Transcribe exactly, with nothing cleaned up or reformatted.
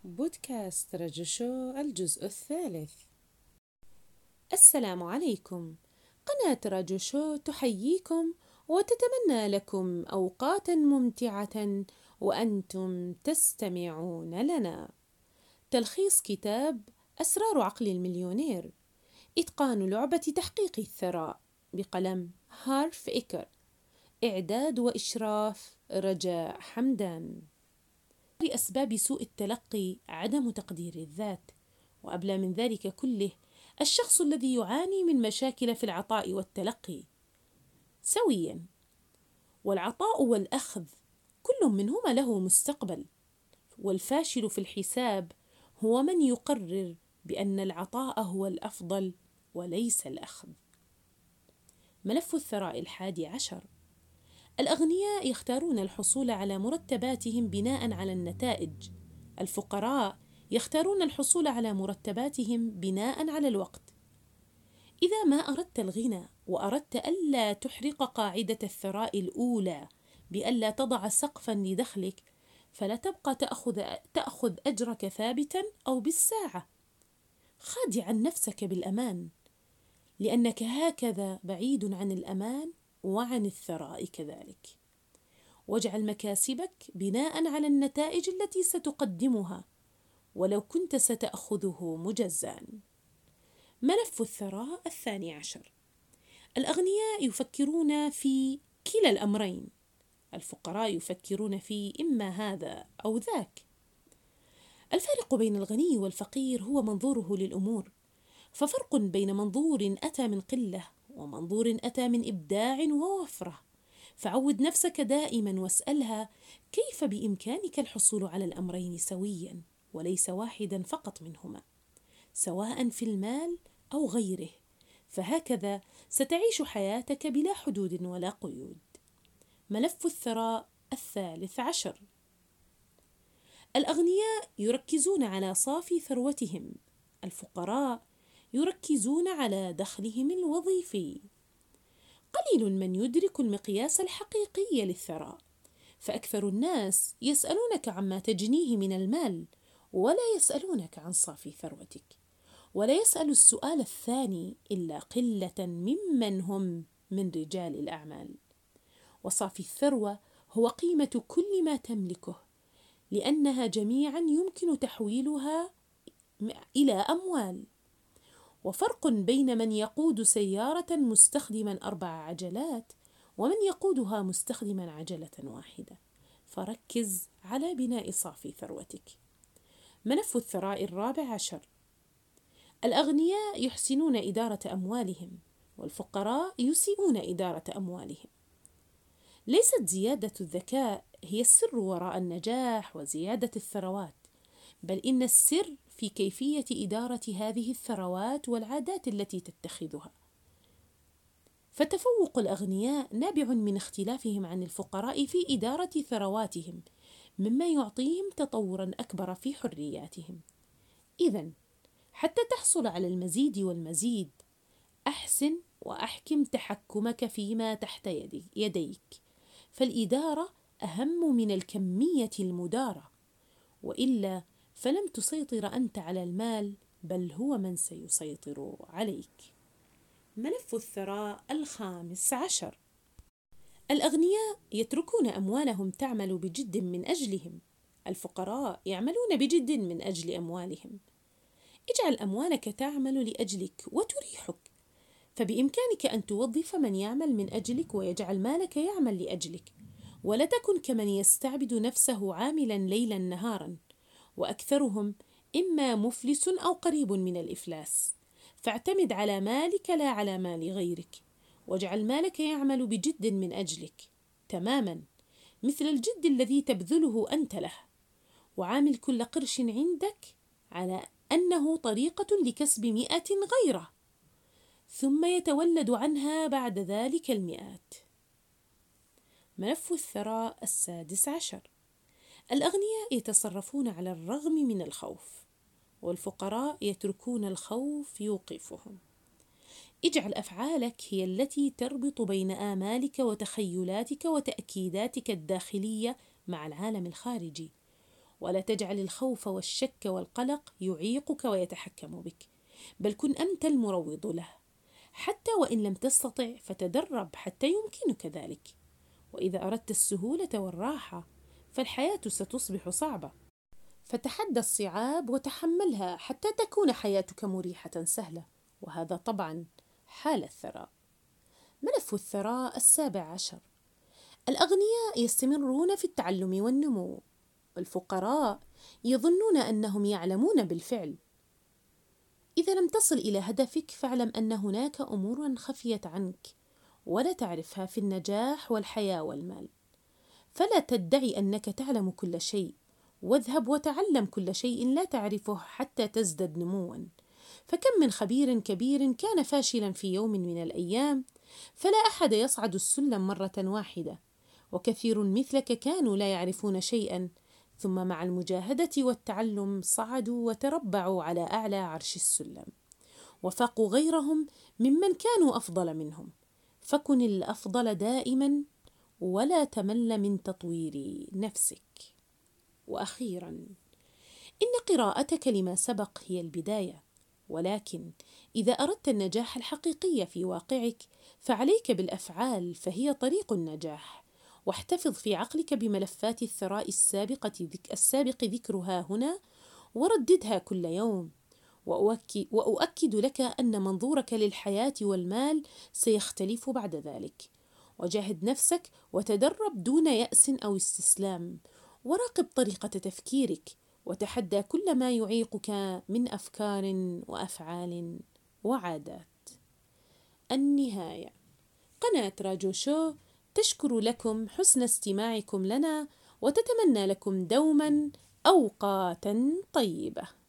بودكاست رجو شو الجزء الثالث. السلام عليكم. قناة رجو شو تحييكم وتتمنى لكم أوقاتا ممتعة وأنتم تستمعون لنا. تلخيص كتاب أسرار عقل المليونير، إتقان لعبة تحقيق الثراء، بقلم هارف إيكر، إعداد وإشراف رجاء حمدان. لأسباب سوء التلقي عدم تقدير الذات، وأبلى من ذلك كله الشخص الذي يعاني من مشاكل في العطاء والتلقي سويا. والعطاء والأخذ كل منهما له مستقبل، والفاشل في الحساب هو من يقرر بأن العطاء هو الأفضل وليس الأخذ. ملف الثراء الحادي عشر. الأغنياء يختارون الحصول على مرتباتهم بناء على النتائج، الفقراء يختارون الحصول على مرتباتهم بناء على الوقت. إذا ما أردت الغنى وأردت ألا تحرق قاعدة الثراء الأولى بألا تضع سقفا لدخلك، فلا تبقى تأخذ, تأخذ أجرك ثابتا أو بالساعة، خادعا نفسك بالأمان، لأنك هكذا بعيد عن الأمان وعن الثراء كذلك. واجعل مكاسبك بناء على النتائج التي ستقدمها ولو كنت ستأخذه مجزاً. ملف الثراء الثاني عشر. الأغنياء يفكرون في كلا الأمرين، الفقراء يفكرون في إما هذا أو ذاك. الفارق بين الغني والفقير هو منظوره للأمور، ففرق بين منظور أتى من قلة ومنظور أتى من إبداع ووفرة. فعود نفسك دائما واسألها كيف بإمكانك الحصول على الأمرين سويا وليس واحدا فقط منهما، سواء في المال أو غيره، فهكذا ستعيش حياتك بلا حدود ولا قيود. ملف الثراء الثالث عشر. الأغنياء يركزون على صافي ثروتهم، الفقراء يركزون على دخلهم الوظيفي. قليل من يدرك المقياس الحقيقي للثراء، فأكثر الناس يسألونك عما تجنيه من المال ولا يسألونك عن صافي ثروتك، ولا يسأل السؤال الثاني إلا قلة ممن هم من رجال الأعمال. وصافي الثروة هو قيمة كل ما تملكه، لأنها جميعا يمكن تحويلها إلى أموال. وفرق بين من يقود سيارة مستخدما أربع عجلات ومن يقودها مستخدما عجلة واحدة، فركز على بناء صافي ثروتك. ملف الثراء الرابع عشر. الأغنياء يحسنون إدارة أموالهم، والفقراء يسيئون إدارة أموالهم. ليست زيادة الذكاء هي السر وراء النجاح وزيادة الثروات، بل إن السر في كيفية إدارة هذه الثروات والعادات التي تتخذها. فتفوق الأغنياء نابع من اختلافهم عن الفقراء في إدارة ثرواتهم، مما يعطيهم تطوراً أكبر في حرياتهم. إذن حتى تحصل على المزيد والمزيد، أحسن وأحكم تحكمك فيما تحت يديك، فالإدارة أهم من الكمية المدارة، وإلا فلم تسيطر أنت على المال، بل هو من سيسيطر عليك. ملف الثراء الخامس عشر. الأغنياء يتركون أموالهم تعمل بجد من أجلهم، الفقراء يعملون بجد من أجل أموالهم. اجعل أموالك تعمل لأجلك وتريحك، فبإمكانك أن توظف من يعمل من أجلك ويجعل مالك يعمل لأجلك، ولا تكن كمن يستعبد نفسه عاملا ليلا نهارا، وأكثرهم إما مفلس أو قريب من الإفلاس. فاعتمد على مالك لا على مال غيرك، واجعل مالك يعمل بجد من أجلك تماما مثل الجد الذي تبذله أنت له، وعامل كل قرش عندك على أنه طريقة لكسب مئة غيره، ثم يتولد عنها بعد ذلك المئات. ملف الثراء السادس عشر. الأغنياء يتصرفون على الرغم من الخوف، والفقراء يتركون الخوف يوقفهم. اجعل أفعالك هي التي تربط بين آمالك وتخيلاتك وتأكيداتك الداخلية مع العالم الخارجي، ولا تجعل الخوف والشك والقلق يعيقك ويتحكم بك، بل كن أنت المروض له، حتى وإن لم تستطع فتدرب حتى يمكنك ذلك. وإذا أردت السهولة والراحة فالحياة ستصبح صعبة، فتحدى الصعاب وتحملها حتى تكون حياتك مريحة سهلة، وهذا طبعا حال الثراء. ملف الثراء السابع عشر: الأغنياء يستمرون في التعلم والنمو، والفقراء يظنون أنهم يعلمون بالفعل. إذا لم تصل إلى هدفك فاعلم أن هناك أمورا خفيت عنك ولا تعرفها في النجاح والحياة والمال، فلا تدعي أنك تعلم كل شيء، واذهب وتعلم كل شيء لا تعرفه حتى تزدد نموا. فكم من خبير كبير كان فاشلا في يوم من الأيام، فلا أحد يصعد السلم مرة واحدة، وكثير مثلك كانوا لا يعرفون شيئا، ثم مع المجاهدة والتعلم صعدوا وتربعوا على أعلى عرش السلم، وفاقوا غيرهم ممن كانوا أفضل منهم. فكن الأفضل دائما، ولا تمل من تطوير نفسك. وأخيرا، إن قراءتك لما سبق هي البداية، ولكن إذا أردت النجاح الحقيقي في واقعك فعليك بالأفعال، فهي طريق النجاح. واحتفظ في عقلك بملفات الثراء السابقة السابق ذكرها هنا، ورددها كل يوم. وأؤكد لك أن منظورك للحياة والمال سيختلف بعد ذلك. وجاهد نفسك وتدرب دون يأس أو استسلام، وراقب طريقة تفكيرك، وتحدى كل ما يعيقك من أفكار وأفعال وعادات. النهاية: قناة راجو شو تشكر لكم حسن استماعكم لنا، وتتمنى لكم دوما أوقاتا طيبة.